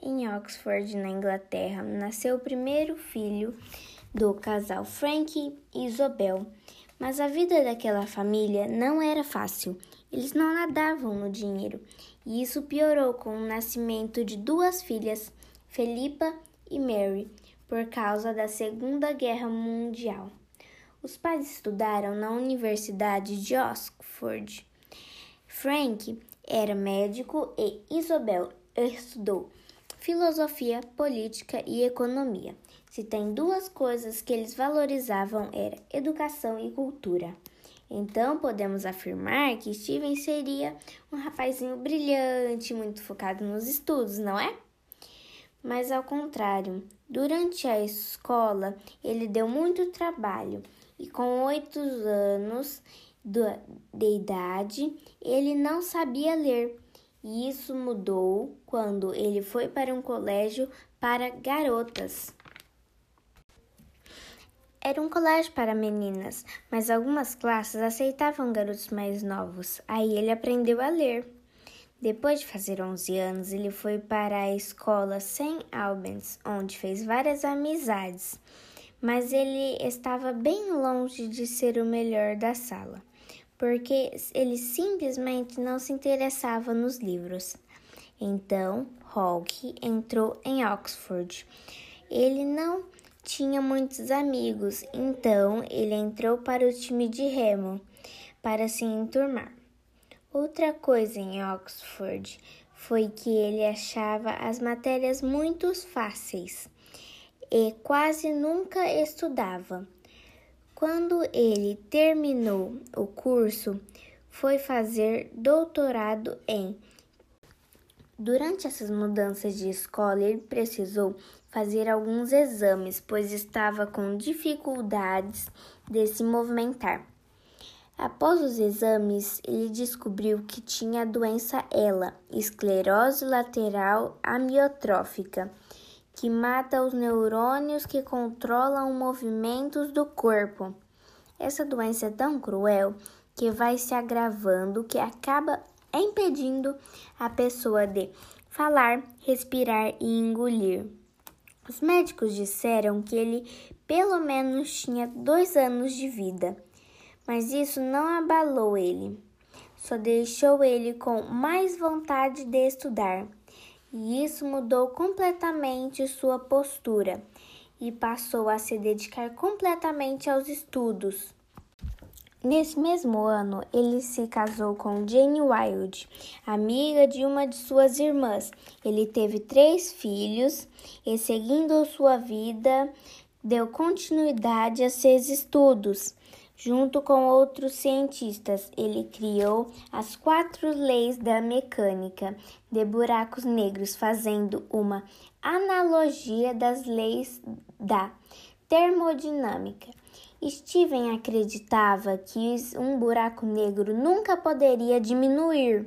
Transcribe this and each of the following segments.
em Oxford, na Inglaterra, nasceu o primeiro filho do casal Frank e Isobel. Mas a vida daquela família não era fácil. Eles não nadavam no dinheiro. E isso piorou com o nascimento de duas filhas, Philippa e Mary, por causa da Segunda Guerra Mundial. Os pais estudaram na Universidade de Oxford. Frank era médico e Isobel estudou filosofia, política e economia. Se tem duas coisas que eles valorizavam era educação e cultura. Então, podemos afirmar que Steven seria um rapazinho brilhante, muito focado nos estudos, não é? Mas ao contrário, durante a escola ele deu muito trabalho e com 8 anos de idade ele não sabia ler. E isso mudou quando ele foi para um colégio para garotas. Era um colégio para meninas, mas algumas classes aceitavam garotos mais novos. Aí ele aprendeu a ler. Depois de fazer 11 anos, ele foi para a escola St. Albans, onde fez várias amizades. Mas ele estava bem longe de ser o melhor da sala, porque ele simplesmente não se interessava nos livros. Então, Hawke entrou em Oxford. Ele não tinha muitos amigos, então ele entrou para o time de remo para se enturmar. Outra coisa em Oxford foi que ele achava as matérias muito fáceis e quase nunca estudava. Quando ele terminou o curso, foi fazer doutorado em. Durante essas mudanças de escola, ele precisou fazer alguns exames, pois estava com dificuldades de se movimentar. Após os exames, ele descobriu que tinha a doença ELA, esclerose lateral amiotrófica, que mata os neurônios que controlam os movimentos do corpo. Essa doença é tão cruel que vai se agravando que acaba impedindo a pessoa de falar, respirar e engolir. Os médicos disseram que ele pelo menos tinha 2 anos de vida, mas isso não abalou ele, só deixou ele com mais vontade de estudar. E isso mudou completamente sua postura e passou a se dedicar completamente aos estudos. Nesse mesmo ano, ele se casou com Jane Wilde, amiga de uma de suas irmãs. Ele teve 3 filhos e, seguindo sua vida, deu continuidade a seus estudos. Junto com outros cientistas, ele criou as 4 leis da mecânica de buracos negros, fazendo uma analogia das leis da termodinâmica. Steven acreditava que um buraco negro nunca poderia diminuir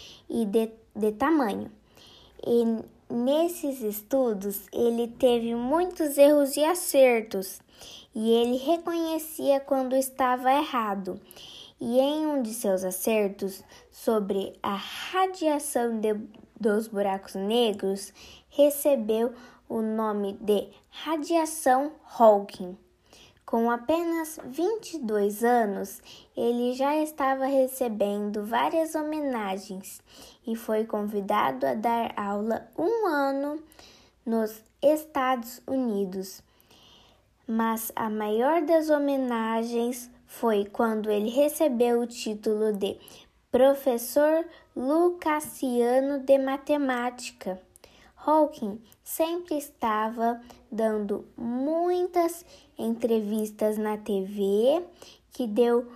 de tamanho. E nesses estudos, ele teve muitos erros e acertos. E ele reconhecia quando estava errado. E em um de seus acertos sobre a radiação dos buracos negros, recebeu o nome de radiação Hawking. Com apenas 22 anos, ele já estava recebendo várias homenagens e foi convidado a dar aula 1 ano nos Estados Unidos. Mas a maior das homenagens foi quando ele recebeu o título de Professor Lucasiano de Matemática. Hawking sempre estava dando muitas entrevistas na TV, que deu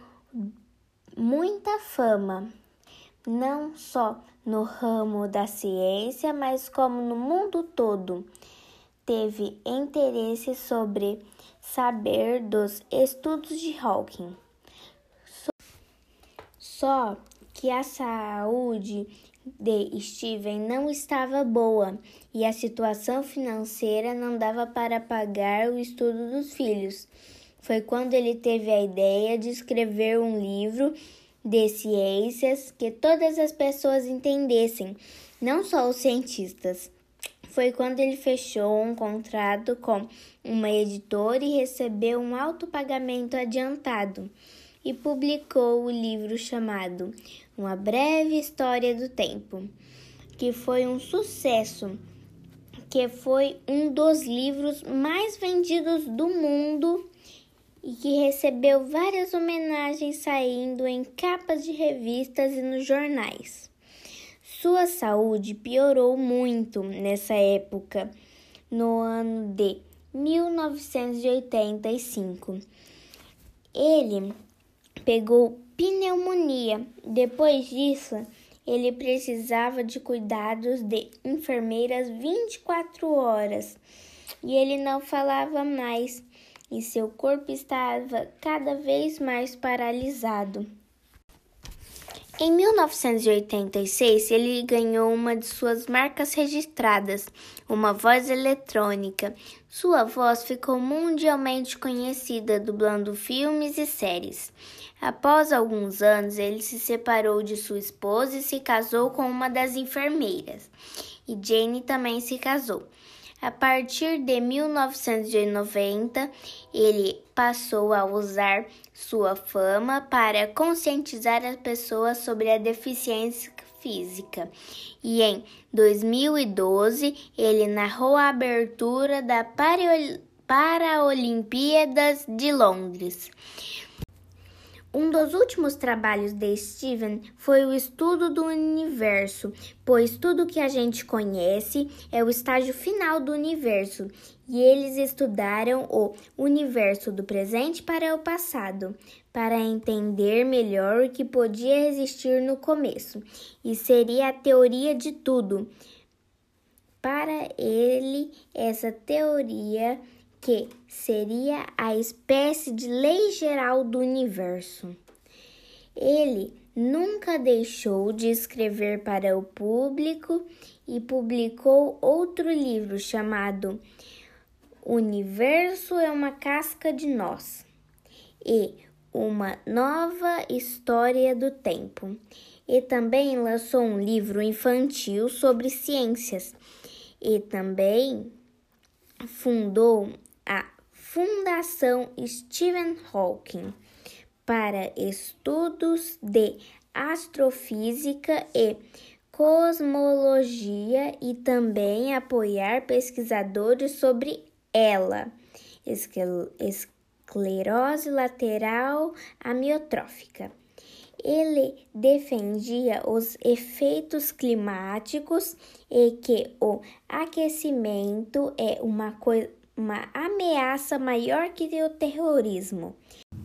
muita fama, não só no ramo da ciência, mas como no mundo todo. Teve interesse sobre saber dos estudos de Hawking. Só que a saúde de Steven não estava boa e a situação financeira não dava para pagar o estudo dos filhos. Foi quando ele teve a ideia de escrever um livro de ciências que todas as pessoas entendessem, não só os cientistas. foi quando ele fechou um contrato com uma editora e recebeu um alto pagamento adiantado e publicou o livro chamado Uma Breve História do Tempo, que foi um sucesso, que foi um dos livros mais vendidos do mundo e que recebeu várias homenagens saindo em capas de revistas e nos jornais. Sua saúde piorou muito nessa época, no ano de 1985. Ele pegou pneumonia. Depois disso, ele precisava de cuidados de enfermeiras 24 horas e ele não falava mais e seu corpo estava cada vez mais paralisado. Em 1986, ele ganhou uma de suas marcas registradas, uma voz eletrônica. Sua voz ficou mundialmente conhecida, dublando filmes e séries. Após alguns anos, ele se separou de sua esposa e se casou com uma das enfermeiras. E Jane também se casou. A partir de 1990, ele passou a usar sua fama para conscientizar as pessoas sobre a deficiência física. E em 2012, ele narrou a abertura da Paralimpíadas de Londres. Um dos últimos trabalhos de Steven foi o estudo do universo, pois tudo que a gente conhece é o estágio final do universo, e eles estudaram o universo do presente para o passado, para entender melhor o que podia existir no começo, e seria a teoria de tudo. Para ele, essa teoria que seria a espécie de lei geral do universo. Ele nunca deixou de escrever para o público e publicou outro livro chamado O Universo é uma Casca de Nós e Uma Nova História do Tempo. E também lançou um livro infantil sobre ciências e também fundou a Fundação Stephen Hawking para estudos de astrofísica e cosmologia e também apoiar pesquisadores sobre ela, esclerose lateral amiotrófica. Ele defendia os efeitos climáticos e que o aquecimento é uma ameaça maior que o terrorismo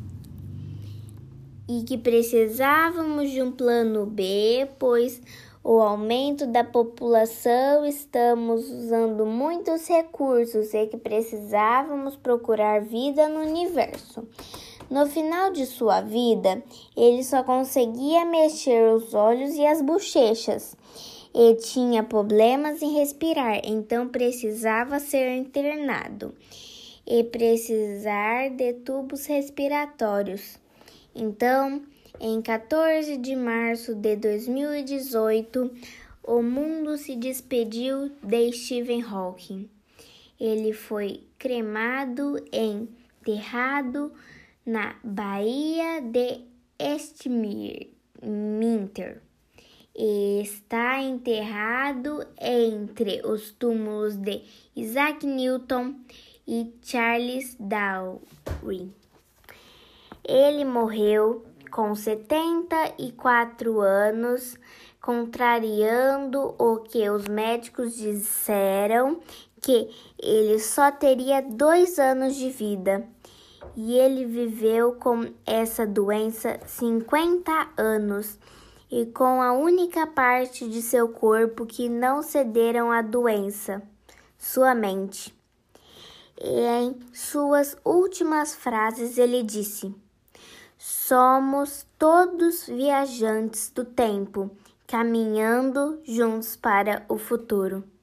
e que precisávamos de um plano B, pois o aumento da população, estamos usando muitos recursos e que precisávamos procurar vida no universo. No final de sua vida, ele só conseguia mexer os olhos e as bochechas e tinha problemas em respirar, então precisava ser internado e precisar de tubos respiratórios. Então, em 14 de março de 2018, o mundo se despediu de Stephen Hawking. Ele foi cremado e enterrado na Baía de Westminster e está enterrado entre os túmulos de Isaac Newton e Charles Darwin. Ele morreu com 74 anos, contrariando o que os médicos disseram, que ele só teria 2 anos de vida. E ele viveu com essa doença 50 anos e com a única parte de seu corpo que não cederam à doença, sua mente. E em suas últimas frases ele disse: "Somos todos viajantes do tempo, caminhando juntos para o futuro."